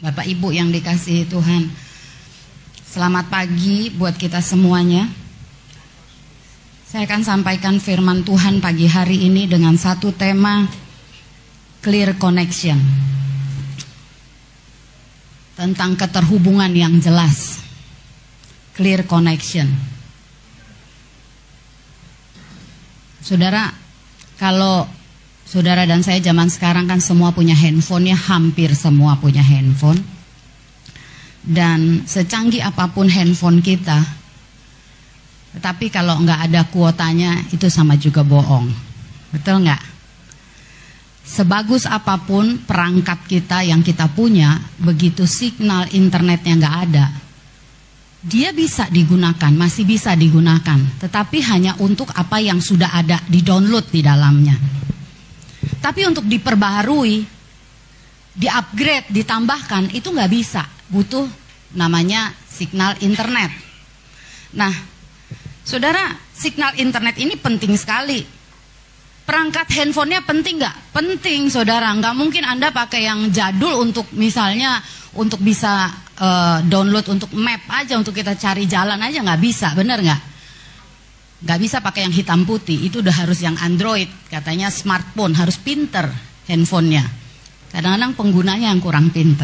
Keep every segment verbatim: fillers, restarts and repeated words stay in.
Bapak Ibu yang dikasihi Tuhan, selamat pagi buat kita semuanya. Saya akan sampaikan firman Tuhan pagi hari ini dengan satu tema, clear connection, tentang keterhubungan yang jelas. Clear connection. Saudara, kalau saudara dan saya zaman sekarang kan semua punya handphone ya, hampir semua punya handphone. Dan secanggih apapun handphone kita, tetapi kalau nggak ada kuotanya itu sama juga bohong. Betul nggak? Sebagus apapun perangkat kita yang kita punya, begitu signal internetnya nggak ada, dia bisa digunakan, masih bisa digunakan, tetapi hanya untuk apa yang sudah ada di-download di dalamnya. Tapi untuk diperbaharui, di-upgrade, ditambahkan, itu nggak bisa. Butuh namanya signal internet. Nah, saudara, signal internet ini penting sekali. Perangkat handphonenya penting nggak? Penting, saudara. Nggak mungkin Anda pakai yang jadul untuk misalnya untuk bisa uh, download untuk map aja, untuk kita cari jalan aja nggak bisa, bener nggak? Nggak bisa pakai yang hitam putih, itu udah harus yang Android, katanya smartphone, harus pinter handphonenya. Kadang-kadang penggunanya yang kurang pinter.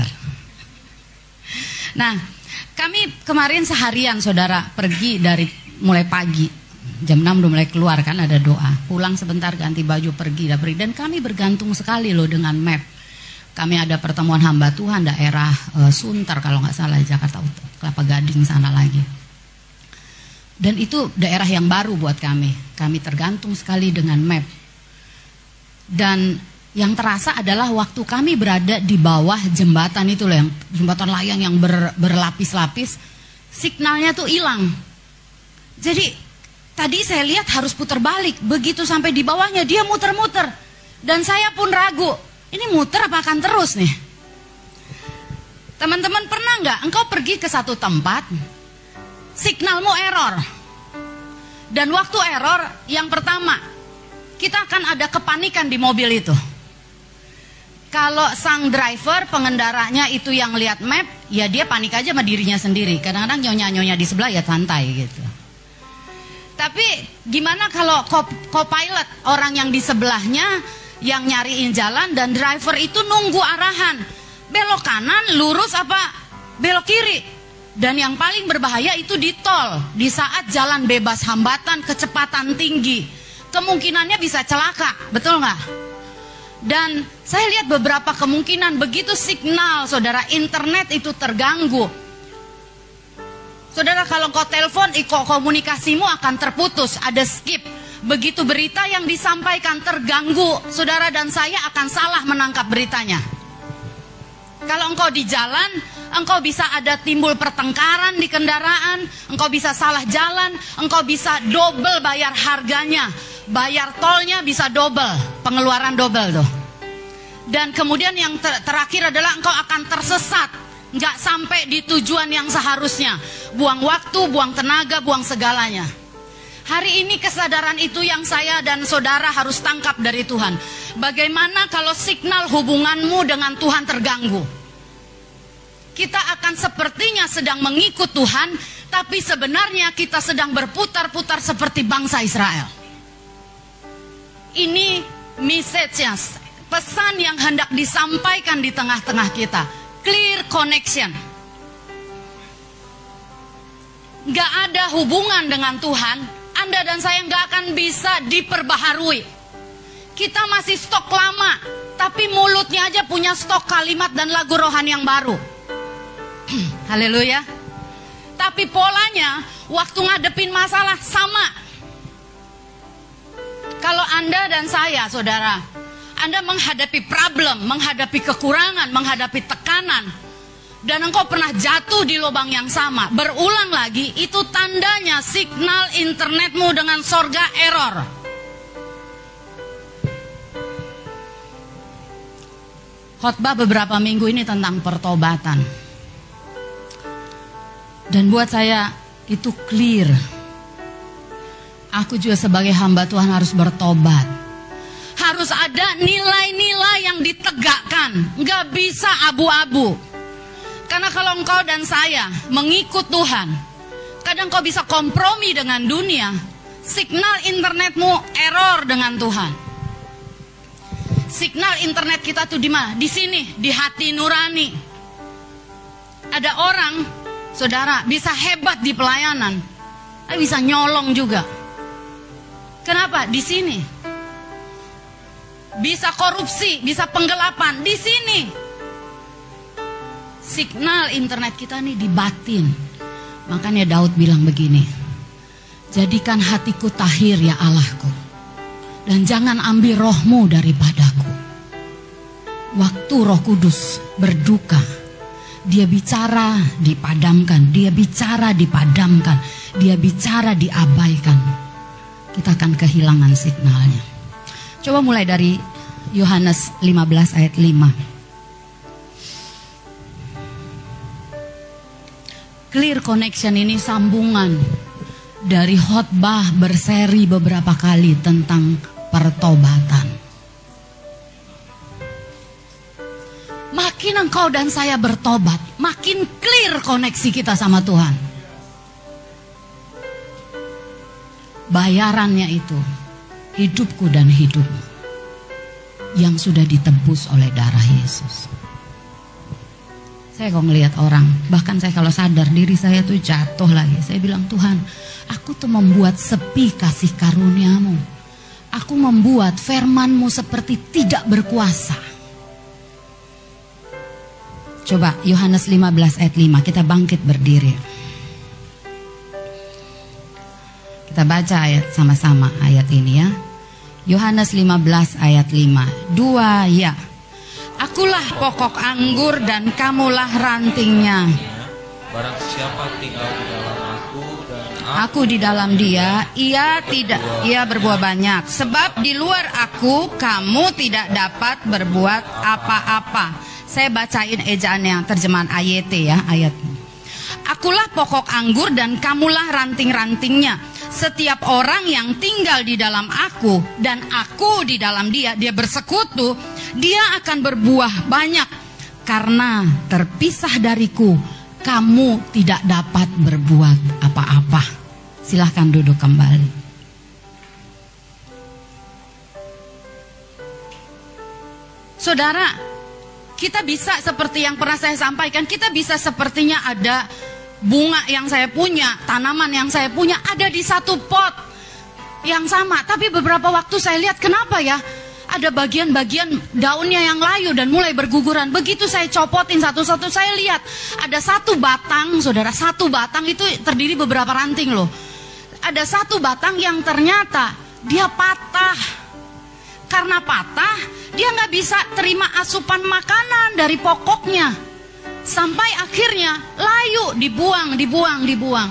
Nah, kami kemarin seharian saudara pergi dari mulai pagi, jam enam udah mulai keluar kan, ada doa, pulang sebentar ganti baju pergi, pergi. Dan kami bergantung sekali loh dengan map. Kami ada pertemuan hamba Tuhan daerah uh, Sunter kalau nggak salah, Jakarta Utara, Kelapa Gading sana lagi. Dan itu daerah yang baru buat kami. Kami tergantung sekali dengan map. Dan yang terasa adalah waktu kami berada di bawah jembatan itu loh, yang jembatan layang yang ber, berlapis-lapis, signalnya tuh hilang. Jadi tadi saya lihat harus putar balik. Begitu sampai di bawahnya dia muter-muter. Dan saya pun ragu, ini muter apa akan terus nih? Teman-teman pernah nggak engkau pergi ke satu tempat, signalmu error. Dan waktu error, yang pertama, kita akan ada kepanikan di mobil itu. Kalau sang driver, pengendaranya itu yang lihat map, ya dia panik aja sama dirinya sendiri. Kadang-kadang nyonya-nyonya di sebelah ya santai gitu. Tapi gimana kalau co-pilot, orang yang di sebelahnya yang nyariin jalan, dan driver itu nunggu arahan, belok kanan, lurus apa belok kiri. Dan yang paling berbahaya itu di tol, di saat jalan bebas hambatan, kecepatan tinggi, kemungkinannya bisa celaka, betul nggak? Dan saya lihat beberapa kemungkinan begitu signal saudara internet itu terganggu. Saudara, kalau kau telepon, komunikasimu akan terputus, ada skip. Begitu berita yang disampaikan terganggu, saudara dan saya akan salah menangkap beritanya. Kalau engkau di jalan, engkau bisa ada timbul pertengkaran di kendaraan, engkau bisa salah jalan, engkau bisa double bayar harganya, bayar tolnya bisa double, pengeluaran double tuh. Dan kemudian yang ter terakhir adalah engkau akan tersesat, nggak sampai di tujuan yang seharusnya, buang waktu, buang tenaga, buang segalanya. Hari ini kesadaran itu yang saya dan saudara harus tangkap dari Tuhan. Bagaimana kalau signal hubunganmu dengan Tuhan terganggu? Kita akan sepertinya sedang mengikut Tuhan, tapi sebenarnya kita sedang berputar-putar seperti bangsa Israel. Ini message-nya, pesan yang hendak disampaikan di tengah-tengah kita. Clear connection. Gak ada hubungan dengan Tuhan, Anda dan saya gak akan bisa diperbaharui. Kita masih stok lama, tapi mulutnya aja punya stok kalimat dan lagu rohani yang baru. Haleluya. Tapi polanya waktu ngadepin masalah sama. Kalau Anda dan saya, saudara, Anda menghadapi problem, menghadapi kekurangan, menghadapi tekanan, dan engkau pernah jatuh di lubang yang sama, berulang lagi, itu tandanya signal internetmu dengan sorga error. Khotbah beberapa minggu ini tentang pertobatan. Dan buat saya itu clear. Aku juga sebagai hamba Tuhan harus bertobat. Harus ada nilai-nilai yang ditegakkan. Nggak bisa abu-abu. Karena kalau engkau dan saya mengikut Tuhan, kadang kau bisa kompromi dengan dunia. Signal internetmu error dengan Tuhan. Signal internet kita tuh di mana? Di sini, di hati nurani. Ada orang, saudara, bisa hebat di pelayanan, tapi bisa nyolong juga. Kenapa? Di sini. Bisa korupsi, bisa penggelapan, di sini. Signal internet kita nih di batin. Makanya Daud bilang begini, jadikan hatiku tahir ya Allahku, dan jangan ambil rohmu daripadaku. Waktu Roh Kudus berduka, dia bicara dipadamkan, dia bicara dipadamkan, dia bicara diabaikan. Kita akan kehilangan signalnya. Coba mulai dari Yohanes lima belas ayat lima. Clear connection ini sambungan dari khotbah berseri beberapa kali tentang pertobatan. Makin engkau dan saya bertobat, makin clear koneksi kita sama Tuhan. Bayarannya itu hidupku dan hidupmu yang sudah ditebus oleh darah Yesus. Saya kok ngelihat orang, bahkan saya kalau sadar diri saya tuh jatuh lagi. Saya bilang, Tuhan, aku tuh membuat sepi kasih karuniamu. Aku membuat firman-Mu seperti tidak berkuasa. Coba Yohanes lima belas ayat lima, kita bangkit berdiri. Kita baca ayat sama-sama ayat ini ya. Yohanes lima belas ayat lima. Dua ya. Akulah pokok anggur dan kamulah rantingnya. Barang siapa tinggal di dalam aku dan aku di dalam dia, ia tidak ia berbuah banyak. Sebab di luar aku kamu tidak dapat berbuat apa-apa. Saya bacain ejaannya, terjemahan A Y T ya, ayat. Akulah pokok anggur dan kamulah ranting-rantingnya. Setiap orang yang tinggal di dalam aku dan aku di dalam dia, dia bersekutu, dia akan berbuah banyak. Karena terpisah dariku, kamu tidak dapat berbuat apa-apa. Silahkan duduk kembali. Saudara, kita bisa seperti yang pernah saya sampaikan, kita bisa sepertinya ada bunga yang saya punya, tanaman yang saya punya ada di satu pot yang sama. Tapi beberapa waktu saya lihat, kenapa ya ada bagian-bagian daunnya yang layu dan mulai berguguran. Begitu saya copotin satu-satu, saya lihat ada satu batang, saudara, satu batang itu terdiri beberapa ranting loh. Ada satu batang yang ternyata dia patah. Karena patah, dia nggak bisa terima asupan makanan dari pokoknya. Sampai akhirnya layu, dibuang, dibuang, dibuang.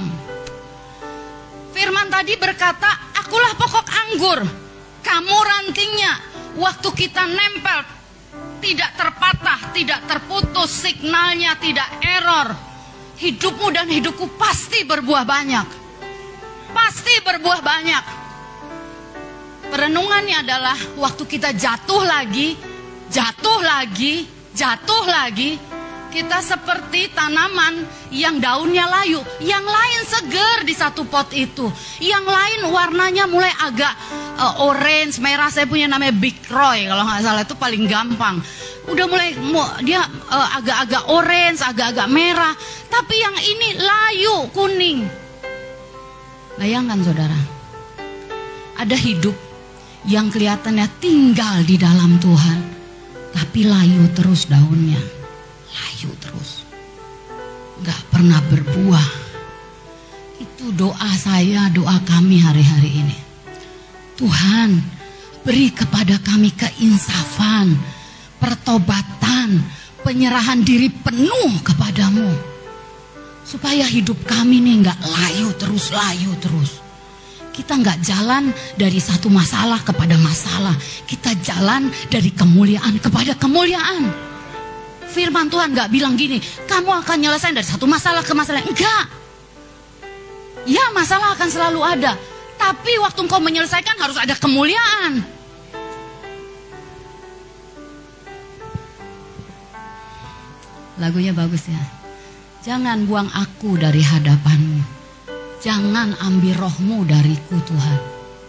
Firman tadi berkata, akulah pokok anggur, kamu rantingnya. Waktu kita nempel, tidak terpatah, tidak terputus, signalnya tidak error. Hidupmu dan hidupku pasti berbuah banyak. Pasti berbuah banyak. Perenungannya adalah waktu kita jatuh lagi, jatuh lagi, jatuh lagi. Kita seperti tanaman yang daunnya layu, yang lain seger di satu pot itu, yang lain warnanya mulai agak uh, orange, merah. Saya punya namanya Big Roy kalau nggak salah, itu paling gampang. Udah mulai dia uh, agak-agak orange, agak-agak merah. Tapi yang ini layu, kuning. Bayangkan saudara, ada hidup yang kelihatannya tinggal di dalam Tuhan, tapi layu terus daunnya. Layu terus, gak pernah berbuah. Itu doa saya, doa kami hari-hari ini. Tuhan, beri kepada kami keinsafan, pertobatan, penyerahan diri penuh kepadamu, supaya hidup kami nih gak layu terus, layu terus. Kita gak jalan dari satu masalah kepada masalah, kita jalan dari kemuliaan kepada kemuliaan. Firman Tuhan gak bilang gini, kamu akan nyelesain dari satu masalah ke masalah. Enggak. Ya, masalah akan selalu ada, tapi waktu engkau menyelesaikan harus ada kemuliaan. Lagunya bagus ya. Jangan buang aku dari hadapan-Mu. Jangan ambil roh-Mu dariku Tuhan.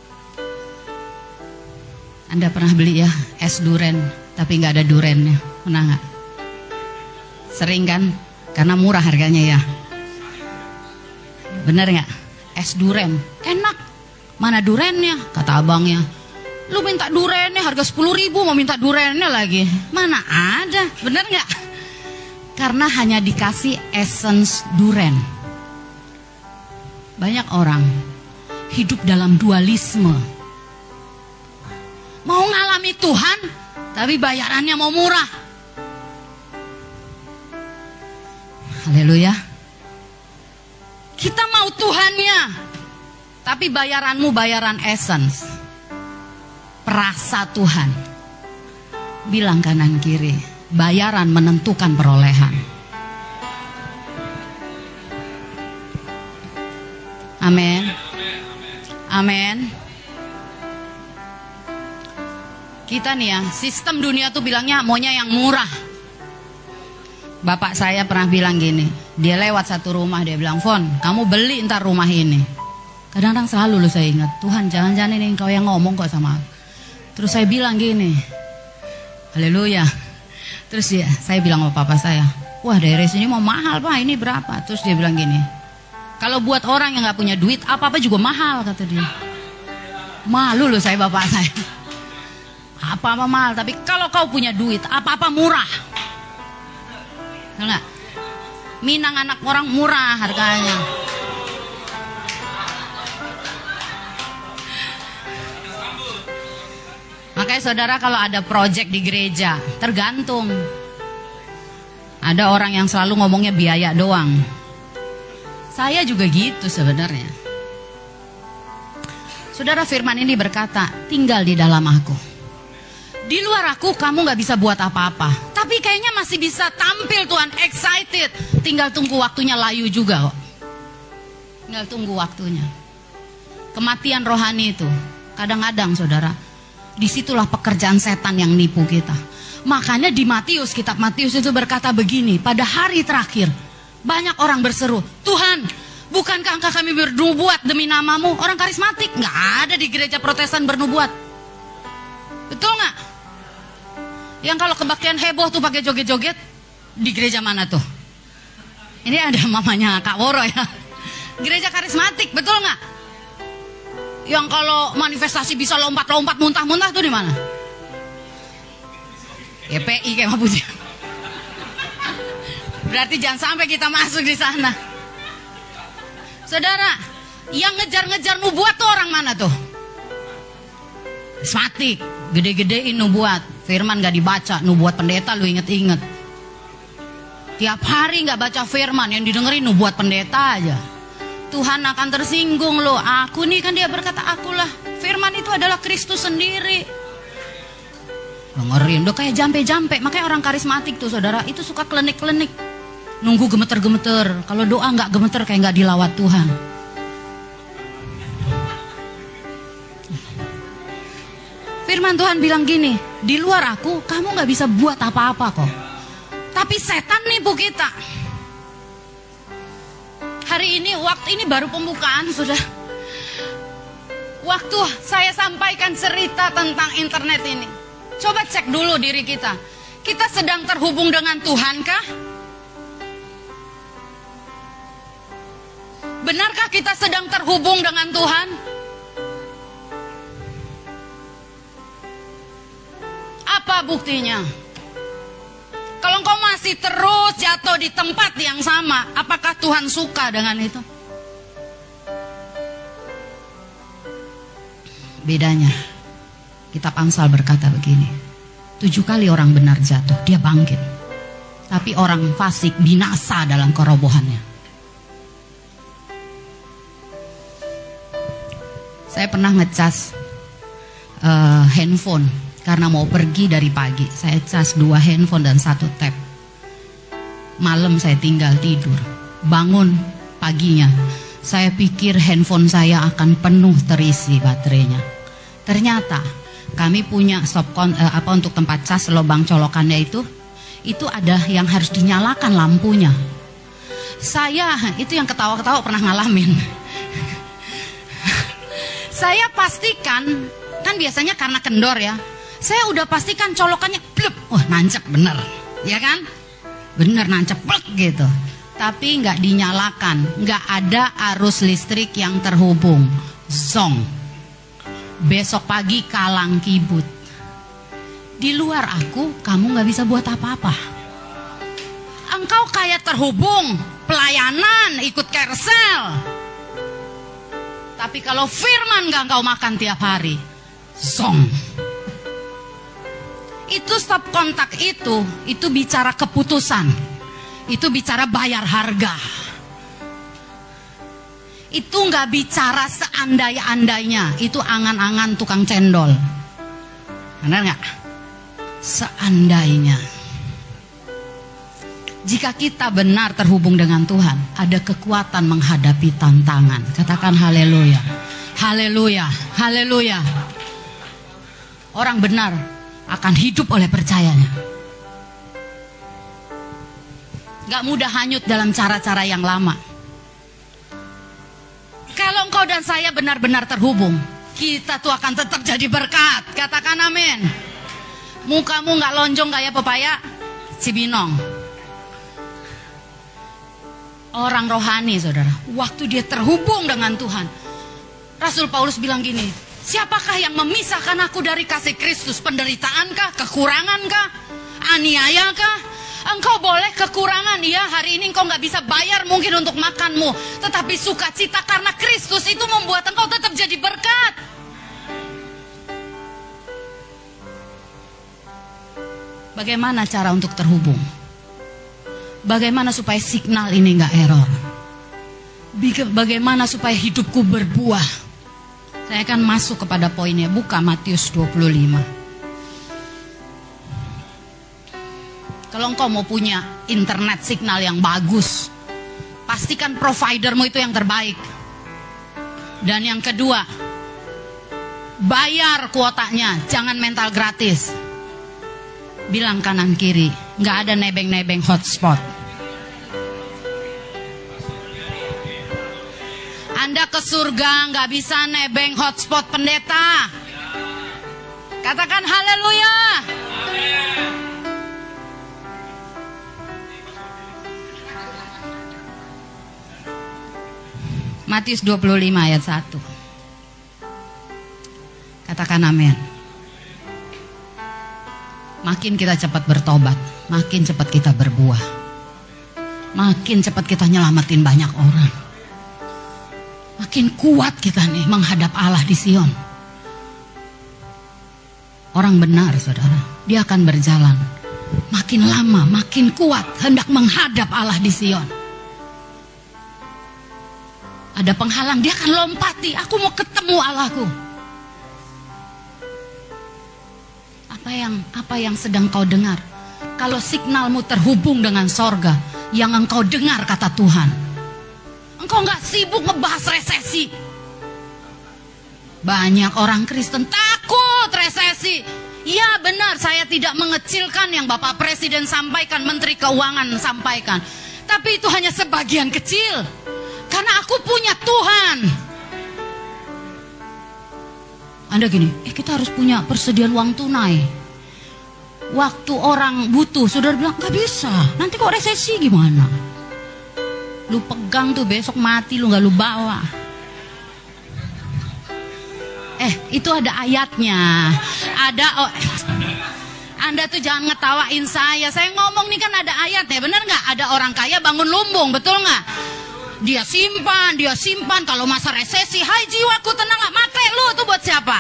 Anda pernah beli ya es duren tapi nggak ada durennya, pernah nggak? Sering kan? Karena murah harganya ya. Bener nggak? Es duren enak, mana durennya? Kata abangnya, lu minta durennya harga sepuluh ribu, mau minta durennya lagi, mana ada? Bener nggak? Karena hanya dikasih essence duren. Banyak orang hidup dalam dualisme, mau ngalami Tuhan tapi bayarannya mau murah. Haleluya. Kita mau Tuhannya, tapi bayaranmu bayaran essence, perasa Tuhan. Bilang kanan kiri, bayaran menentukan perolehan. Amin. Amin. Kita nih ya, sistem dunia tuh bilangnya maunya yang murah. Bapak saya pernah bilang gini, dia lewat satu rumah, dia bilang, Fon, kamu beli ntar rumah ini. Kadang-kadang selalu loh saya ingat, Tuhan jangan-jangan ini kau yang ngomong kok sama aku. Terus saya bilang gini, haleluya. Terus ya, saya bilang sama papa saya, wah daerah sini mau mahal pak, ini berapa? Terus dia bilang gini, kalau buat orang yang gak punya duit, apa-apa juga mahal, kata dia. Malu loh saya bapak saya. Apa-apa mahal, tapi kalau kau punya duit, apa-apa murah. Enggak? Minang anak orang murah harganya. Makanya saudara kalau ada project di gereja, tergantung. Ada orang yang selalu ngomongnya biaya doang. Saya juga gitu sebenarnya. Saudara, firman ini berkata, tinggal di dalam aku. Di luar aku kamu gak bisa buat apa-apa, tapi kayaknya masih bisa tampil Tuhan, excited. Tinggal tunggu waktunya, layu juga kok. Tinggal tunggu waktunya. Kematian rohani itu kadang-kadang saudara, disitulah pekerjaan setan yang nipu kita. Makanya di Matius, kitab Matius itu berkata begini, pada hari terakhir banyak orang berseru, Tuhan, bukankah engkau kami bernubuat demi namamu? Orang karismatik gak ada di gereja Protestan bernubuat. Betul gak? Yang kalau kebaktian heboh tuh pakai joget-joget, di gereja mana tuh? Ini ada mamanya Kak Woro ya. Gereja karismatik, betul nggak? Yang kalau manifestasi bisa lompat-lompat, muntah-muntah tuh di mana? Y P I kayak Mapuji. Berarti jangan sampai kita masuk di sana. Saudara, yang ngejar-ngejar nubuat tuh orang mana tuh? Karismatik, gede-gedein nubuat. Firman gak dibaca, nubuat pendeta lu inget-inget. Tiap hari gak baca firman, yang didengerin nubuat pendeta aja. Tuhan akan tersinggung loh. Aku nih kan dia berkata akulah. Firman itu adalah Kristus sendiri. Dengerin, udah kayak jampe-jampe. Makanya orang karismatik tuh saudara, itu suka klenik-klenik. Nunggu gemeter-gemeter. Kalau doa gak gemeter kayak gak dilawat Tuhan. Firman Tuhan bilang gini, di luar aku kamu gak bisa buat apa-apa kok. Tapi setan nipu kita. Hari ini, waktu ini baru pembukaan sudah. Waktu saya sampaikan cerita tentang internet ini, coba cek dulu diri kita. Kita sedang terhubung dengan Tuhan kah? Benarkah kita sedang terhubung dengan Tuhan? Apa buktinya? Kalau engkau masih terus jatuh di tempat yang sama, apakah Tuhan suka dengan itu? Bedanya, kitab Amsal berkata begini, tujuh kali orang benar jatuh, dia bangkit. Tapi orang fasik binasa dalam kerobohannya. Saya pernah ngecas uh, handphone karena mau pergi dari pagi. Saya cas dua handphone dan satu tab. Malam saya tinggal tidur. Bangun paginya, saya pikir handphone saya akan penuh terisi baterainya. Ternyata kami punya stopkon uh, apa untuk tempat cas lubang colokannya itu, itu ada yang harus dinyalakan lampunya. Saya itu yang ketawa-ketawa pernah ngalamin. Saya pastikan, kan biasanya karena kendor ya, saya udah pastikan colokannya blep, wah nancep bener, ya kan? Bener nancep blek gitu. Tapi nggak dinyalakan, nggak ada arus listrik yang terhubung. Zong. Besok pagi kalang kibut. Di luar aku, kamu nggak bisa buat apa-apa. Engkau kayak terhubung, pelayanan, ikut carousel. Tapi kalau firman gak engkau makan tiap hari, zong. Itu stop kontak itu, itu bicara keputusan. Itu bicara bayar harga. Itu gak bicara seandai-andainya. Itu angan-angan tukang cendol. Benar gak? Seandainya. Jika kita benar terhubung dengan Tuhan, ada kekuatan menghadapi tantangan. Katakan haleluya. Haleluya. Haleluya. Orang benar akan hidup oleh percayanya. Gak mudah hanyut dalam cara-cara yang lama. Kalau engkau dan saya benar-benar terhubung, kita tuh akan tetap jadi berkat. Katakan amin. Mukamu gak lonjong kayak pepaya Cibinong. Orang rohani, saudara, waktu dia terhubung dengan Tuhan, Rasul Paulus bilang gini, siapakah yang memisahkan aku dari kasih Kristus? Penderitaankah? Kekurangankah? Aniayakah? Engkau boleh kekurangan, ya hari ini engkau gak bisa bayar mungkin untuk makanmu, tetapi sukacita karena Kristus itu membuat engkau tetap jadi berkat. Bagaimana cara untuk terhubung? Bagaimana supaya signal ini gak error? Bagaimana supaya hidupku berbuah? Saya akan masuk kepada poinnya. Buka Matius dua puluh lima. Kalau engkau mau punya internet signal yang bagus, pastikan providermu itu yang terbaik. Dan yang kedua, bayar kuotanya, jangan mental gratis. Bilang kanan kiri, gak ada nebeng-nebeng hotspot. Anda ke surga gak bisa nebeng hotspot pendeta. Katakan haleluya. Matius dua puluh lima ayat satu. Katakan amin. Makin kita cepat bertobat, makin cepat kita berbuah. Makin cepat kita nyelamatin banyak orang. Makin kuat kita nih menghadap Allah di Sion. Orang benar, saudara, dia akan berjalan makin lama, makin kuat hendak menghadap Allah di Sion. Ada penghalang, dia akan lompati. Aku mau ketemu Allahku. Apa yang apa yang sedang kau dengar? Kalau signalmu terhubung dengan sorga, yang engkau dengar kata Tuhan. Engkau gak sibuk ngebahas resesi. Banyak orang Kristen takut resesi. Ya benar, saya tidak mengecilkan yang Bapak Presiden sampaikan, Menteri Keuangan sampaikan. Tapi itu hanya sebagian kecil. Karena aku punya Tuhan. Anda gini, eh kita harus punya persediaan uang tunai. Waktu orang butuh, saudara bilang gak bisa. Nanti kok resesi gimana? Lu pegang tuh besok mati lu gak lu bawa. Eh itu ada ayatnya. Ada oh, Anda tuh jangan ngetawain saya. Saya ngomong nih kan ada ayatnya. Bener gak? Ada orang kaya bangun lumbung, betul gak? Dia simpan, dia simpan. Kalau masa resesi, hai jiwaku tenanglah, mate lu tuh buat siapa?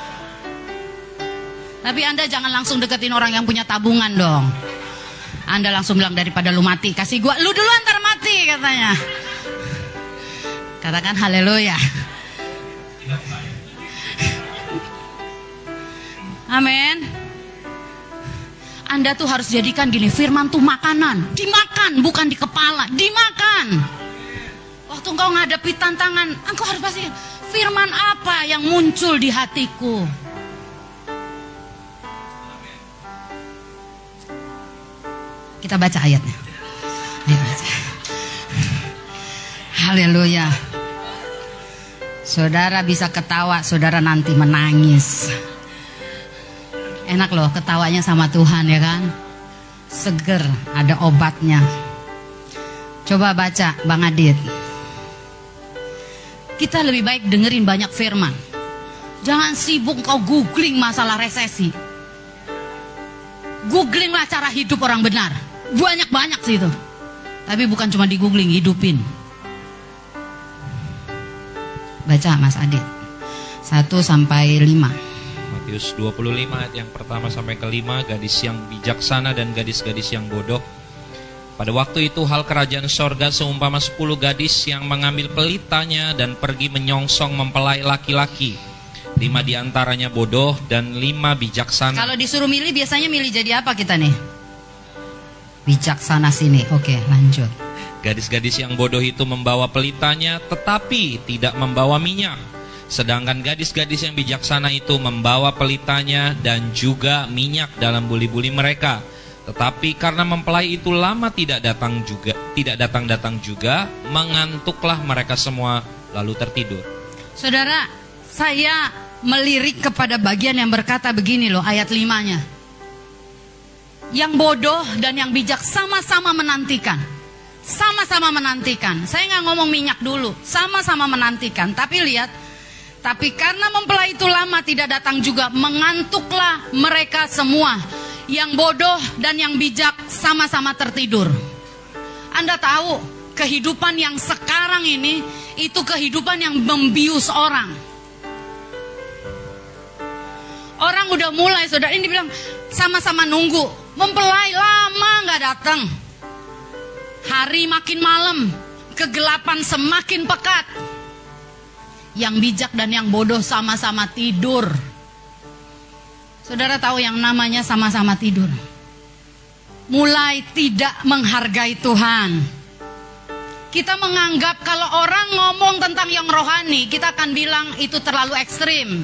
Tapi Anda jangan langsung deketin orang yang punya tabungan dong. Anda langsung bilang daripada lu mati, kasih gua, lu dulu antar mati katanya. Katakan haleluya. Amin. Anda tuh harus jadikan gini, firman tuh makanan, dimakan bukan di kepala, dimakan. Waktu engkau ngadepi tantangan, engkau harus pastikan firman apa yang muncul di hatiku. Kita baca ayatnya. Ayo baca. Haleluya. Saudara bisa ketawa, saudara nanti menangis. Enak loh ketawanya sama Tuhan, ya kan? Seger, ada obatnya. Coba baca Bang Adit. Kita lebih baik dengerin banyak firman. Jangan sibuk kau googling masalah resesi. Googlinglah cara hidup orang benar. Banyak-banyak sih itu. Tapi bukan cuma di googling, hidupin. Baca Mas Adit. satu sampai lima. Matius dua puluh lima ayat yang pertama sampai kelima. Gadis yang bijaksana dan gadis-gadis yang bodoh. Pada waktu itu hal kerajaan sorga seumpama sepuluh gadis yang mengambil pelitanya dan pergi menyongsong mempelai laki-laki. Lima diantaranya bodoh dan lima bijaksana. Kalau disuruh milih biasanya milih jadi apa kita nih? Bijaksana sini. Oke, lanjut. Gadis-gadis yang bodoh itu membawa pelitanya tetapi tidak membawa minyak. Sedangkan gadis-gadis yang bijaksana itu membawa pelitanya dan juga minyak dalam buli-buli mereka. Tetapi karena mempelai itu lama tidak datang juga, tidak datang-datang juga, mengantuklah mereka semua lalu tertidur. Saudara, saya melirik kepada bagian yang berkata begini loh, ayat limanya. Yang bodoh dan yang bijak sama-sama menantikan. Sama-sama menantikan. Saya nggak ngomong minyak dulu, sama-sama menantikan. Tapi lihat, tapi karena mempelai itu lama tidak datang juga, mengantuklah mereka semua. Yang bodoh dan yang bijak sama-sama tertidur. Anda tahu, kehidupan yang sekarang ini, itu kehidupan yang membius orang. Orang udah mulai, saudara, ini bilang sama-sama nunggu. Mempelai lama gak datang. Hari makin malam, kegelapan semakin pekat. Yang bijak dan yang bodoh sama-sama tidur. Saudara tahu yang namanya sama-sama tidur. Mulai tidak menghargai Tuhan. Kita menganggap kalau orang ngomong tentang yang rohani, kita akan bilang itu terlalu ekstrim.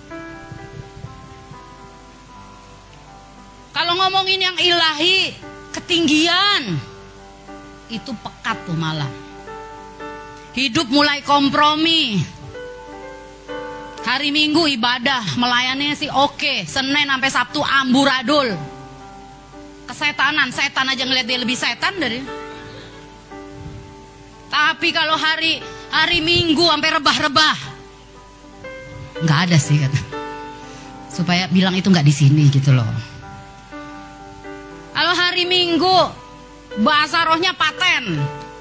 Kalau ngomongin yang ilahi, ketinggian, itu pekat tuh malah. Hidup mulai kompromi. Hari Minggu ibadah, melayani sih oke. Senin sampai Sabtu amburadul. Kesetanan, setan aja ngeliat dia lebih setan dari. Tapi kalau hari hari Minggu sampai rebah-rebah, nggak ada sih kata. Supaya bilang itu nggak di sini gitu loh. Kalau hari Minggu bahasa rohnya paten.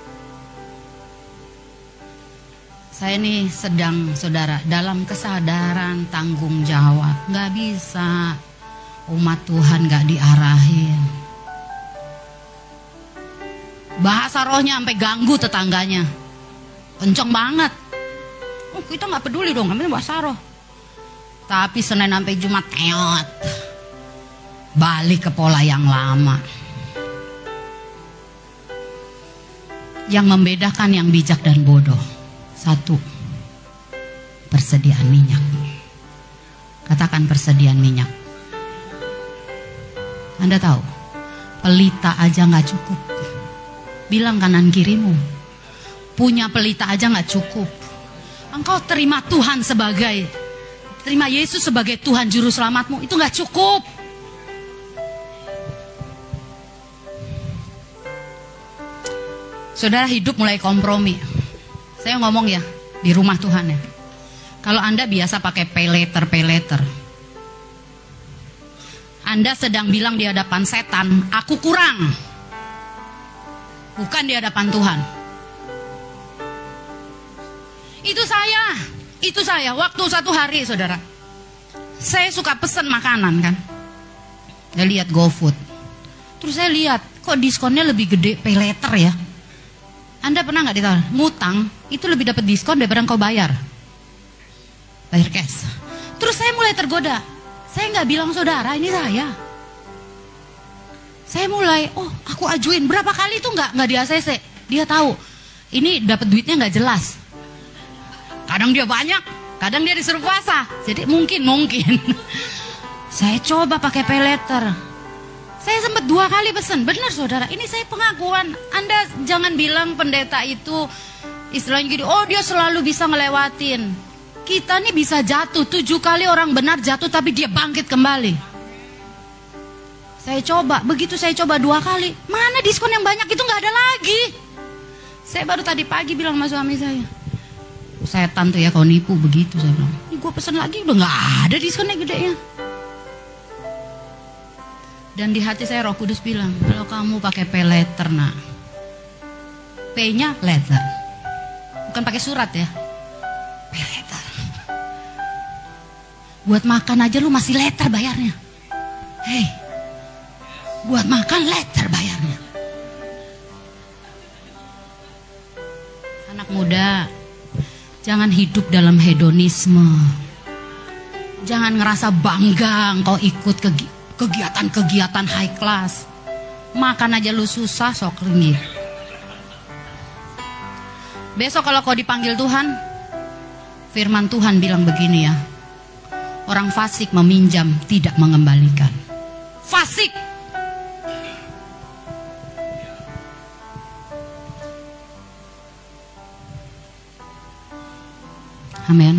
Saya ini sedang, saudara, dalam kesadaran tanggung jawab. Nggak bisa umat Tuhan nggak diarahin. Bahasa rohnya sampai ganggu tetangganya. Kenceng banget. Oh, kita nggak peduli dong, namanya bahasa roh. Tapi Senin sampai Jumat teot. Balik ke pola yang lama. Yang membedakan yang bijak dan bodoh. Satu, persediaan minyak. Katakan persediaan minyak. Anda tahu, pelita aja gak cukup. Bilang kanan kirimu, punya pelita aja gak cukup. Engkau terima Tuhan sebagai, terima Yesus sebagai Tuhan Juru Selamatmu, itu gak cukup. Saudara hidup mulai kompromi. Saya ngomong ya, di rumah Tuhan ya. Kalau Anda biasa pakai pay letter, pay letter. Anda sedang bilang di hadapan setan, aku kurang. Bukan di hadapan Tuhan. Itu saya, itu saya. Waktu satu hari, saudara. Saya suka pesen makanan kan. Saya lihat GoFood. Terus saya lihat, kok diskonnya lebih gede pay letter ya. Anda pernah nggak ditawar? Ngutang itu lebih dapat diskon daripada engkau bayar. Bayar cash. Terus saya mulai tergoda. Saya nggak bilang saudara, ini saya. Saya mulai, oh aku ajuin berapa kali itu nggak nggak di A C C. Dia tahu ini dapat duitnya nggak jelas. Kadang dia banyak, kadang dia disuruh puasa. Jadi mungkin mungkin. Saya coba pakai pay letter. Saya sempat dua kali pesan, benar saudara, ini saya pengakuan. Anda jangan bilang pendeta itu Istilahnya gini, oh dia selalu bisa ngelewatin. Kita nih bisa jatuh, tujuh kali orang benar jatuh tapi dia bangkit kembali. Saya coba, begitu saya coba dua kali, mana diskon yang banyak itu nggak ada lagi. Saya baru tadi pagi bilang sama suami saya, setan tuh ya kau nipu begitu, saya bilang. Ini gue pesen lagi udah nggak ada diskonnya gedenya. Dan di hati saya Roh Kudus bilang, kalau kamu pakai pay letter nak, P-nya letter, bukan pakai surat ya, pay letter. Buat makan aja lu masih letter bayarnya. Hei, buat makan letter bayarnya. Anak muda, jangan hidup dalam hedonisme. Jangan ngerasa bangga engkau ikut ke kegiatan-kegiatan high class. Makan aja lu susah sok ringgit. Besok kalau kau dipanggil Tuhan, firman Tuhan bilang begini ya, orang fasik meminjam tidak mengembalikan. Fasik. Amin.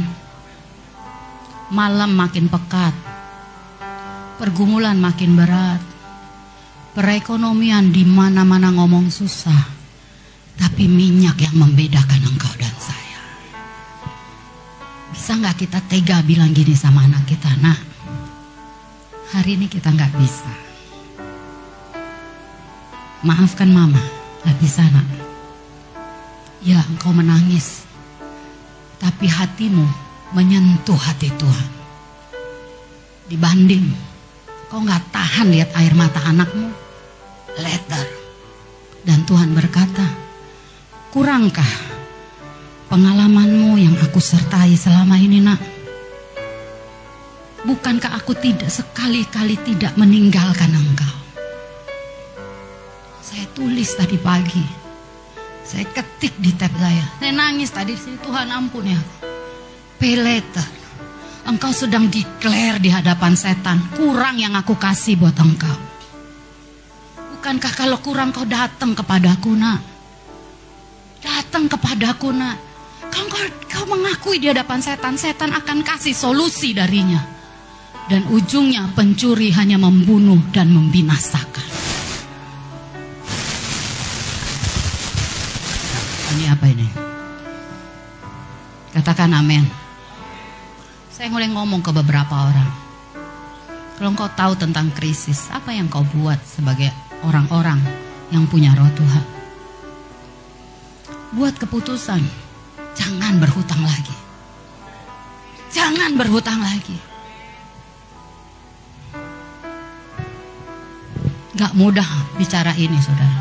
Malam makin pekat, pergumulan makin berat, perekonomian di mana-mana ngomong susah, tapi minyak yang membedakan engkau dan saya. Bisa nggak kita tega bilang gini sama anak kita, nak, hari ini kita nggak bisa. Maafkan mama, nggak bisa nak. Ya engkau menangis, tapi hatimu menyentuh hati Tuhan. Dibanding kau gak tahan lihat air mata anakmu, letter. Dan Tuhan berkata, kurangkah pengalamanmu yang aku sertai selama ini nak? Bukankah aku tidak sekali-kali tidak meninggalkan engkau? Saya tulis tadi pagi, saya ketik di tab saya, saya nangis tadi sini, Tuhan ampun ya. Pay letter, engkau sedang declare di hadapan setan, kurang yang aku kasih buat engkau. Bukankah kalau kurang kau datang kepadaku nak? Datang kepadaku nak. Kau, kau, kau mengakui di hadapan setan, setan akan kasih solusi darinya. Dan ujungnya pencuri hanya membunuh dan membinasakan. Ini apa ini? Katakan amin. Saya mulai ngomong ke beberapa orang. Kalau engkau tahu tentang krisis, apa yang kau buat sebagai orang-orang yang punya roh Tuhan? Buat keputusan, jangan berhutang lagi. Jangan berhutang lagi. Gak mudah bicara ini, saudara.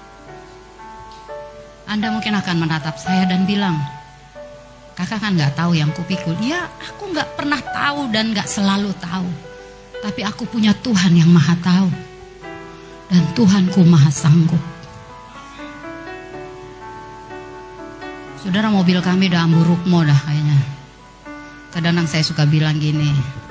Anda mungkin akan menatap saya dan bilang, kakak kan gak tahu yang kupikul. Ya, aku gak pernah tahu dan gak selalu tahu. Tapi aku punya Tuhan yang maha tahu. Dan Tuhanku maha sanggup. Saudara, mobil kami udah amburukmo dah kayaknya. Kadang-kadang saya suka bilang gini,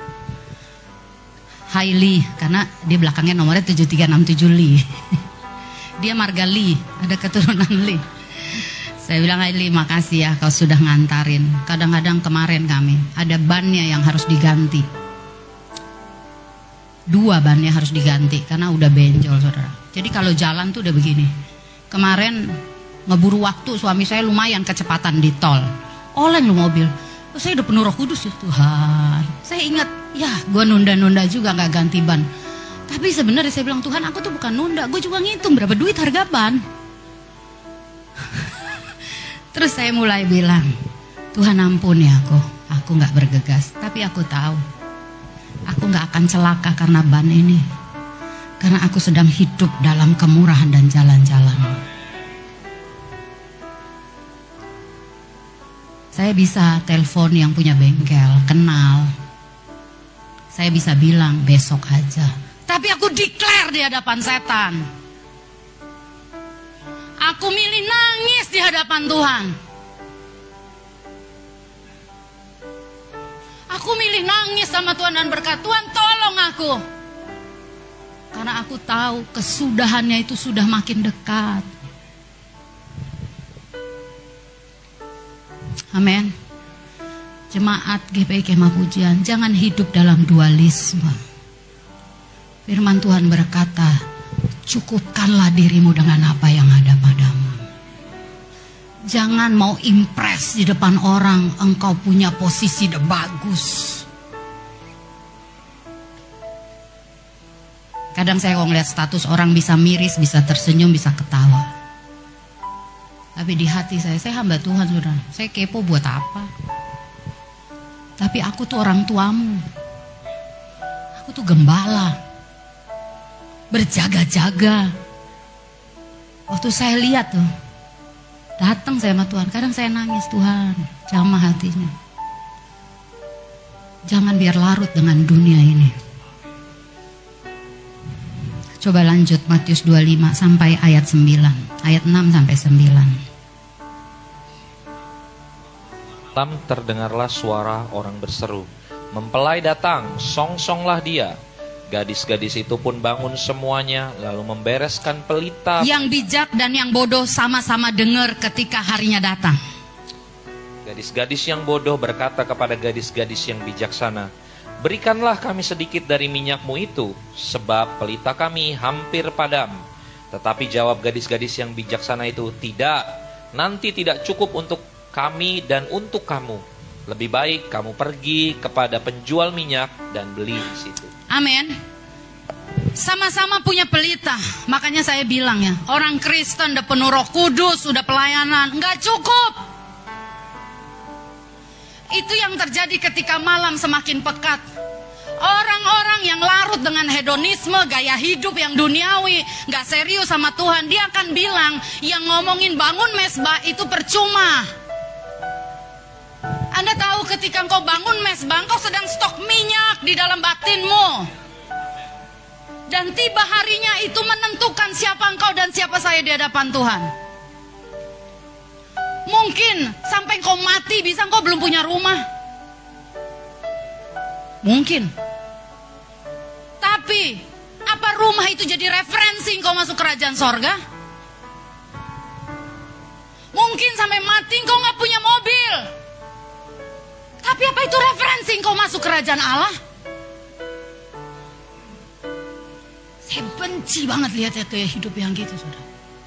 Hai Li, karena dia belakangnya nomornya tujuh tiga enam tujuh Li. Dia marga Li, ada keturunan Li. Saya bilang, Hai Li, makasih ya kau sudah ngantarin. Kadang-kadang kemarin kami ada bannya yang harus diganti. Dua bannya harus diganti karena udah benjol, saudara. Jadi kalau jalan tuh udah begini. Kemarin ngeburu waktu, suami saya lumayan kecepatan di tol. Oleng lu mobil. Oh, saya udah penuh Roh Kudus ya Tuhan. Saya ingat, ya gue nunda-nunda juga gak ganti ban. Tapi sebenarnya saya bilang, Tuhan aku tuh bukan nunda, gue juga ngitung berapa duit harga ban. Terus saya mulai bilang, Tuhan ampuni aku, aku gak bergegas. Tapi aku tahu, aku gak akan celaka karena ban ini. Karena aku sedang hidup dalam kemurahan dan jalan-jalan. Saya bisa telepon yang punya bengkel, kenal. Saya bisa bilang besok aja. Tapi aku declare di hadapan setan. Aku milih nangis di hadapan Tuhan. Aku milih nangis sama Tuhan dan berkata, Tuhan tolong aku. Karena aku tahu kesudahannya itu sudah makin dekat. Amin. Jemaat G P I Kemah Pujian, jangan hidup dalam dualisme. Firman Tuhan berkata, cukupkanlah dirimu dengan apa yang ada padamu. Jangan mau impress di depan orang, engkau punya posisi yang bagus. Kadang saya kalau ngeliat status orang bisa miris, bisa tersenyum, bisa ketawa. Tapi di hati saya, saya hamba Tuhan saudara. Saya kepo buat apa? Tapi aku tuh orang tuamu. Aku tuh gembala. Berjaga-jaga. Waktu saya lihat tuh, datang saya sama Tuhan. Kadang saya nangis, Tuhan, jamah hatinya. Jangan biar larut dengan dunia ini. Coba lanjut Matius dua puluh lima sampai ayat sembilan. Ayat enam sampai sembilan. Malam terdengarlah suara orang berseru, mempelai datang, song-songlah dia. Gadis-gadis itu pun bangun semuanya, lalu membereskan pelita. Yang bijak dan yang bodoh sama-sama dengar ketika harinya datang. Gadis-gadis yang bodoh berkata kepada gadis-gadis yang bijaksana, berikanlah kami sedikit dari minyakmu itu, sebab pelita kami hampir padam. Tetapi jawab gadis-gadis yang bijaksana itu, tidak, nanti tidak cukup untuk kami dan untuk kamu. Lebih baik kamu pergi kepada penjual minyak dan beli di situ. Amin. Sama-sama punya pelita. Makanya saya bilang ya, orang Kristen udah penuh Roh Kudus, udah pelayanan, nggak cukup. Itu yang terjadi ketika malam semakin pekat. Orang-orang yang larut dengan hedonisme, gaya hidup yang duniawi, nggak serius sama Tuhan, dia akan bilang, yang ngomongin bangun mesbah itu percuma. Anda tahu ketika engkau bangun mesbah, engkau sedang stok minyak di dalam batinmu. Dan tiba harinya itu menentukan siapa engkau dan siapa saya di hadapan Tuhan. Mungkin sampai engkau mati bisa engkau belum punya rumah. Mungkin. Tapi apa rumah itu jadi referensi engkau masuk kerajaan sorga? Mungkin sampai mati engkau gak punya mobil. Tapi apa itu referensi engkau masuk kerajaan Allah? Saya benci banget lihat ya kayak hidup yang gitu, saudara.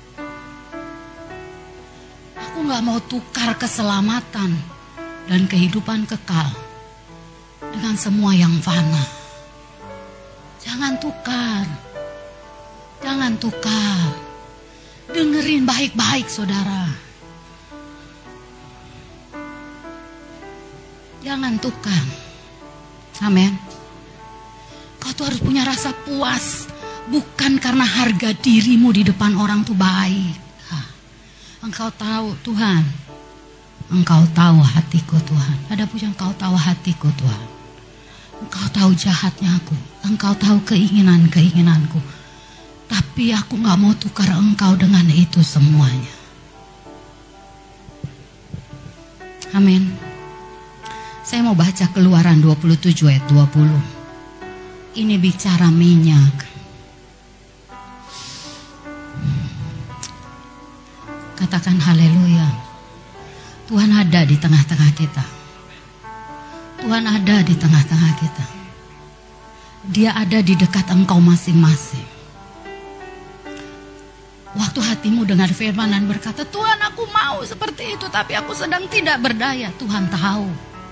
Aku gak mau tukar keselamatan dan kehidupan kekal dengan semua yang fana. Jangan tukar. Jangan tukar. Dengerin baik-baik, saudara. Jangan tukar. Amin. Kau tuh harus punya rasa puas. Bukan karena harga dirimu di depan orang tuh baik. Engkau tahu Tuhan. Engkau tahu hatiku Tuhan. Ada pujian, engkau tahu hatiku Tuhan. Engkau tahu jahatnya aku. Engkau tahu keinginan-keinginanku. Tapi aku gak mau tukar engkau dengan itu semuanya. Amin. Saya mau baca Keluaran dua puluh tujuh ayat dua puluh. Ini bicara minyak. Katakan haleluya. Tuhan ada di tengah-tengah kita. Tuhan ada di tengah-tengah kita. Dia ada di dekat engkau masing-masing. Waktu hatimu dengar firman dan berkata, Tuhan aku mau seperti itu, tapi aku sedang tidak berdaya. Tuhan tahu.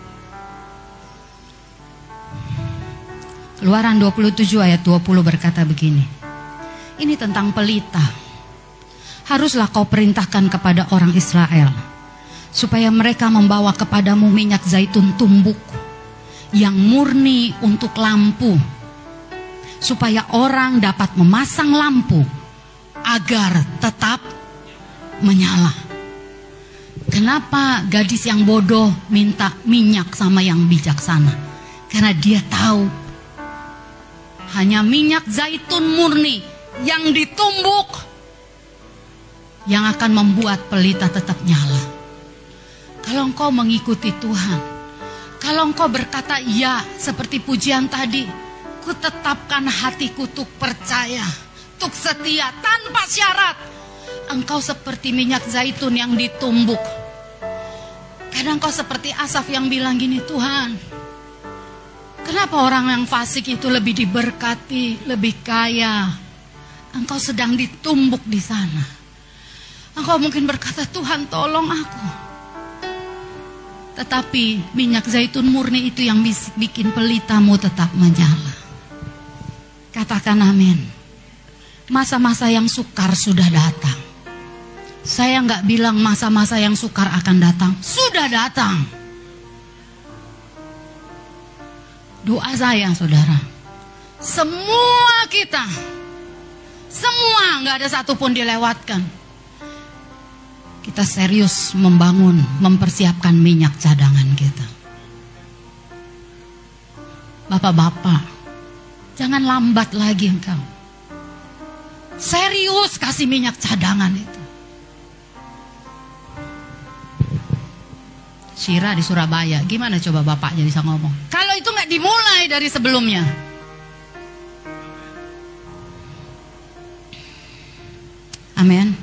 Keluaran dua puluh tujuh ayat dua puluh berkata begini. Ini tentang pelita. Haruslah kau perintahkan kepada orang Israel, supaya mereka membawa kepadamu minyak zaitun tumbuk, yang murni untuk lampu, supaya orang dapat memasang lampu, agar tetap menyala. Kenapa gadis yang bodoh minta minyak sama yang bijaksana? Karena dia tahu hanya minyak zaitun murni yang ditumbuk yang akan membuat pelita tetap nyala. Kalau engkau mengikuti Tuhan, kalau engkau berkata ya seperti pujian tadi, ku tetapkan hatiku untuk percaya, untuk setia tanpa syarat. Engkau seperti minyak zaitun yang ditumbuk. Kadang kau seperti Asaf yang bilang gini, Tuhan, kenapa orang yang fasik itu lebih diberkati, lebih kaya? Engkau sedang ditumbuk di sana. Engkau mungkin berkata, Tuhan tolong aku. Tetapi minyak zaitun murni itu yang bikin pelitamu tetap menyala. Katakan amin. Masa-masa yang sukar sudah datang. Saya nggak bilang masa-masa yang sukar akan datang. Sudah datang. Doa saya, saudara, semua kita, semua, nggak ada satupun dilewatkan. Kita serius membangun, mempersiapkan minyak cadangan kita. Bapak-bapak, jangan lambat lagi engkau. Serius kasih minyak cadangan itu. Syira di Surabaya, gimana coba bapaknya bisa ngomong? Kalau itu nggak dimulai dari sebelumnya. Amin.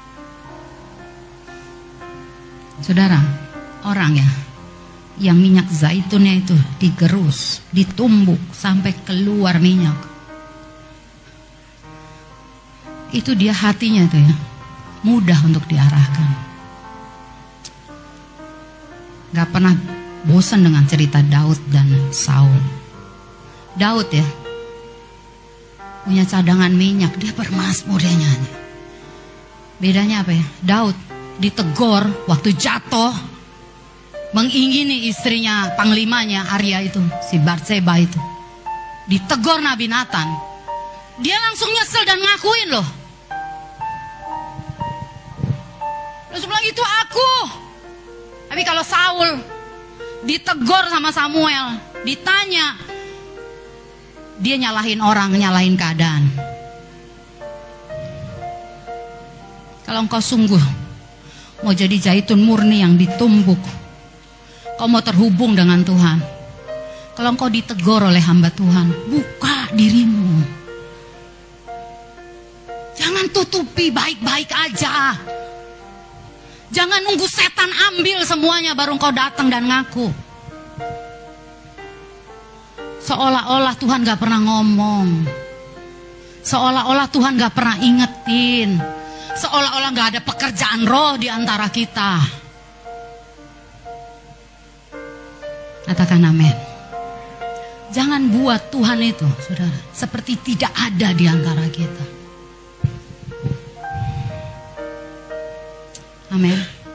Saudara, orang ya yang minyak zaitunnya itu digerus, ditumbuk sampai keluar minyak. Itu dia hatinya tuh ya, mudah untuk diarahkan. Gak pernah bosan dengan cerita Daud dan Saul. Daud ya, punya cadangan minyak, dia bermazmur, dia nyanyi. Bedanya apa ya? Daud ditegur waktu jatuh, mengingini istrinya, panglimanya Arya itu, si Batseba itu. Ditegur Nabi Nathan. Dia langsung nyesel dan ngakuin loh. Terus bilang, itu aku. Tapi kalau Saul ditegur sama Samuel, ditanya, dia nyalahin orang, nyalahin keadaan. Kalau engkau sungguh mau jadi zaitun murni yang ditumbuk, kau mau terhubung dengan Tuhan, kalau engkau ditegur oleh hamba Tuhan, buka dirimu. Jangan tutupi baik-baik aja. Jangan nunggu setan ambil semuanya baru engkau datang dan ngaku. Seolah-olah Tuhan gak pernah ngomong. Seolah-olah Tuhan gak pernah ingetin. Seolah-olah gak ada pekerjaan roh di antara kita. Katakan amin. Jangan buat Tuhan itu, saudara, seperti tidak ada di antara kita. Amin.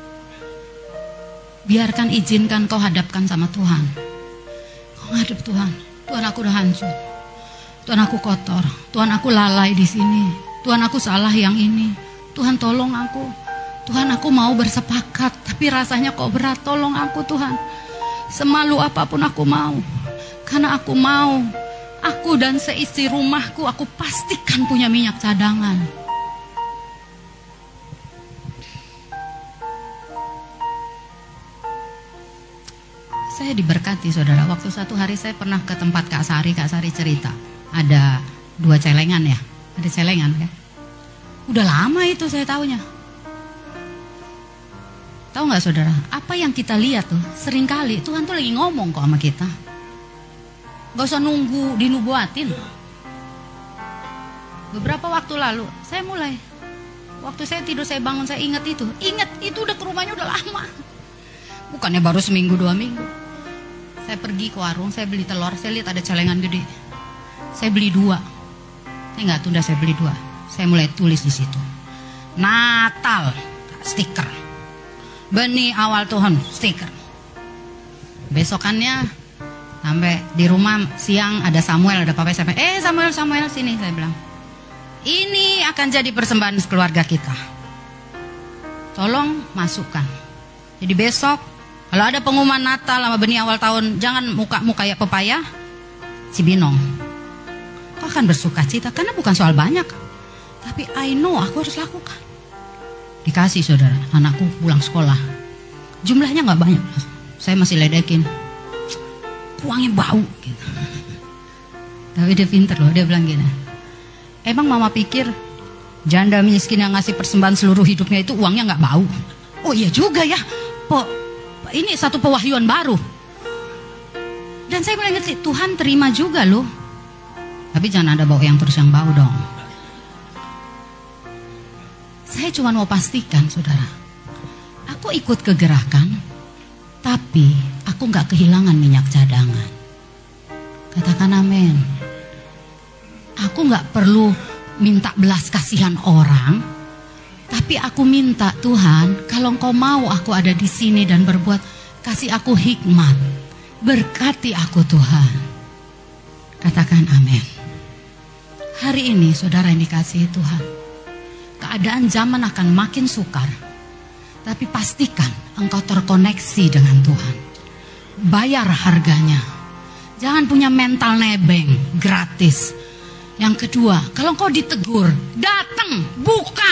Biarkan, izinkan kau hadapkan sama Tuhan. Kau ngadep Tuhan. Tuhan, aku udah hancur. Tuhan, aku kotor. Tuhan, aku lalai di sini. Tuhan, aku salah yang ini. Tuhan, tolong aku. Tuhan, aku mau bersepakat, tapi rasanya kok berat. Tolong aku, Tuhan. Semalu apapun aku mau. Karena aku mau, aku dan seisi rumahku, aku pastikan punya minyak cadangan. Saya diberkati, saudara. Waktu satu hari saya pernah ke tempat Kak Sari. Kak Sari cerita, ada dua celengan ya. Ada celengan kan. Udah lama itu saya taunya. Tahu gak, saudara? Apa yang kita lihat tuh, seringkali Tuhan tuh lagi ngomong kok sama kita. Gak usah nunggu dinubuatin. Beberapa waktu lalu saya mulai, waktu saya tidur saya bangun, saya ingat itu. Ingat itu udah ke rumahnya udah lama. Bukannya baru seminggu dua minggu. Saya pergi ke warung, saya beli telur, saya lihat ada celengan gede. Saya beli dua. Saya nggak tunda, saya beli dua. Saya mulai tulis di situ. Natal, stiker. Benih awal Tuhan, stiker. Besokannya sampai di rumah siang ada Samuel, ada Papa sampai, eh Samuel, Samuel sini, saya bilang. Ini akan jadi persembahan keluarga kita. Tolong masukkan. Jadi besok kalau ada pengumuman Natal sama benih awal tahun, jangan muka-muka kayak pepaya, Cibinong. Kau akan bersuka cita karena bukan soal banyak, tapi I know aku harus lakukan. Dikasih, saudara, anakku pulang sekolah. Jumlahnya nggak banyak, saya masih ledekin. Uangnya bau gitu. Tapi dia pinter loh, dia bilang gini, emang mama pikir janda miskin yang ngasih persembahan seluruh hidupnya itu uangnya nggak bau? Oh iya juga ya, Po. ini satu pewahyuan baru. Dan saya mulai ngerti, Tuhan terima juga loh. Tapi jangan ada bau yang terus yang bau dong. Saya cuma mau pastikan, saudara, aku ikut ke gerakan, tapi aku gak kehilangan minyak cadangan. Katakan amin. Aku gak perlu minta belas kasihan orang, tapi aku minta, Tuhan, kalau Engkau mau aku ada di sini dan berbuat, kasih aku hikmat, berkati aku Tuhan. Katakan amin. Hari ini saudara yang dikasihi Tuhan, keadaan zaman akan makin sukar, tapi pastikan engkau terkoneksi dengan Tuhan. Bayar harganya. Jangan punya mental nebeng, gratis. Yang kedua, kalau engkau ditegur, datang, buka.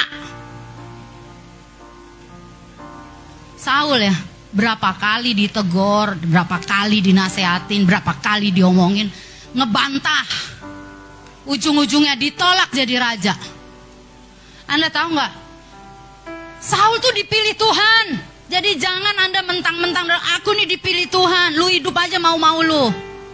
Saul ya, berapa kali ditegur, berapa kali dinasehatin, berapa kali diomongin, ngebantah. Ujung-ujungnya ditolak jadi raja. Anda tahu nggak? Saul tuh dipilih Tuhan. Jadi jangan Anda mentang-mentang, aku nih dipilih Tuhan, lu hidup aja mau-mau lu.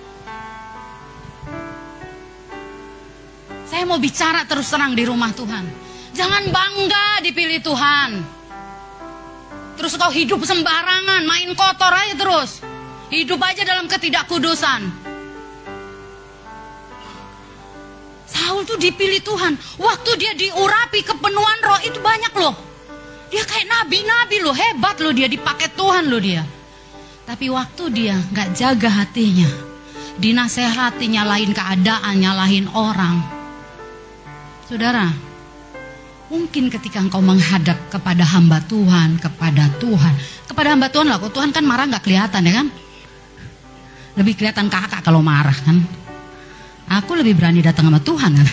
Saya mau bicara terus terang di rumah Tuhan. Jangan bangga dipilih Tuhan. Terus kau hidup sembarangan, main kotor aja terus. Hidup aja dalam ketidakkudusan. Saul tuh dipilih Tuhan. Waktu dia diurapi kepenuhan roh itu banyak loh. Dia kayak nabi-nabi loh, hebat loh dia, dipakai Tuhan loh dia. Tapi waktu dia gak jaga hatinya, dinasehati, nyalahin keadaan, nyalahin orang. Saudara, mungkin ketika engkau menghadap kepada hamba Tuhan, kepada Tuhan, kepada hamba Tuhan lah, kok Tuhan kan marah gak kelihatan ya kan? Lebih kelihatan kakak kalau marah kan? Aku lebih berani datang sama Tuhan kan?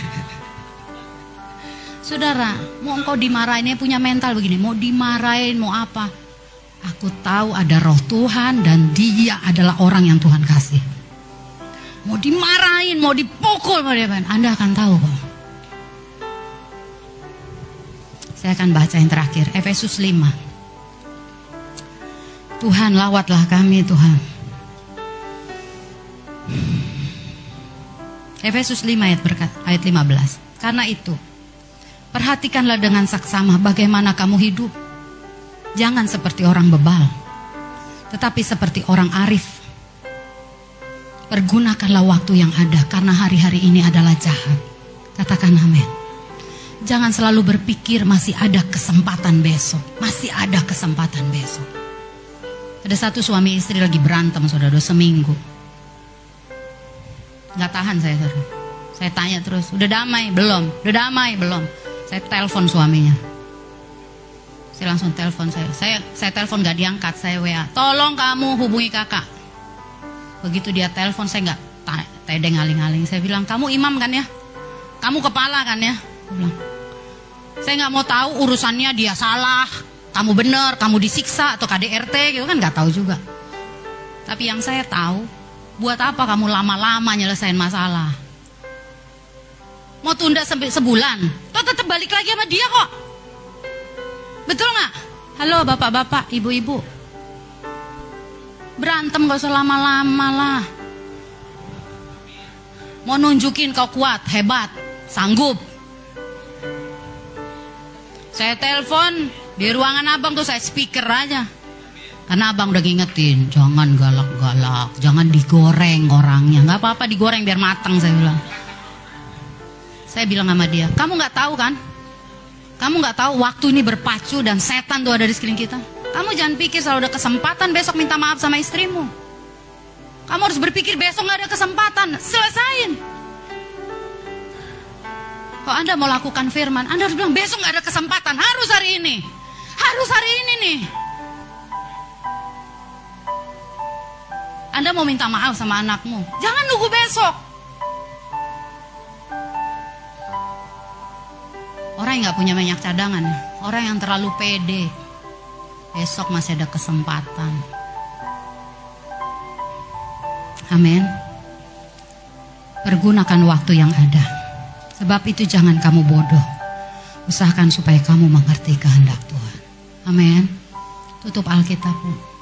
Saudara, mau engkau dimarahin, punya mental begini, mau dimarahin, mau apa? Aku tahu ada roh Tuhan dan dia adalah orang yang Tuhan kasih. Mau dimarahin, mau dipukul, mau diapain, Anda akan tahu kok. Saya akan baca yang terakhir, Efesus lima. Tuhan, lawatlah kami Tuhan. Efesus lima ayat, berkat, ayat lima belas. Karena itu, perhatikanlah dengan saksama bagaimana kamu hidup. Jangan seperti orang bebal, tetapi seperti orang arif. Pergunakanlah waktu yang ada, karena hari-hari ini adalah jahat. Katakan amin. Jangan selalu berpikir masih ada kesempatan besok. Masih ada kesempatan besok. Ada satu suami istri lagi berantem, saudara, seminggu. Gak tahan saya, saudara. Saya tanya terus, udah damai? Belum. Udah damai? Belum. Saya telepon suaminya. Saya langsung telepon saya. Saya saya telepon gak diangkat, saya W A. Tolong kamu hubungi kakak. Begitu dia telepon, saya gak tedeng aling-aling. Saya bilang, kamu imam kan ya? Kamu kepala kan ya? Saya bilang, saya gak mau tahu urusannya dia salah, kamu benar, kamu disiksa, atau K D R T gitu kan, gak tahu juga. Tapi yang saya tahu, buat apa kamu lama-lama nyelesain masalah? Mau tunda sampai sebulan, toh tetap balik lagi sama dia kok. Betul gak? Halo bapak-bapak, ibu-ibu, berantem gak usah lama-lama lah. Mau nunjukin kau kuat, hebat, sanggup. Saya telepon di ruangan abang tuh, saya speaker aja. Karena abang udah ngingetin, jangan galak-galak, jangan digoreng orangnya. Gak apa-apa digoreng biar matang, saya bilang. Saya bilang sama dia, kamu gak tahu kan? Kamu gak tahu waktu ini berpacu dan setan tuh ada di sekeliling kita. Kamu jangan pikir selalu ada kesempatan besok minta maaf sama istrimu. Kamu harus berpikir besok gak ada kesempatan, selesain. Kalau Anda mau lakukan firman, Anda harus bilang besok gak ada kesempatan, harus hari ini. Harus hari ini nih. Anda mau minta maaf sama anakmu, jangan nunggu besok. Orang yang gak punya banyak cadangan, orang yang terlalu pede, besok masih ada kesempatan. Amin. Pergunakan waktu yang ada. Sebab itu jangan kamu bodoh. Usahakan supaya kamu mengerti kehendak Tuhan. Amin. Tutup Alkitabmu.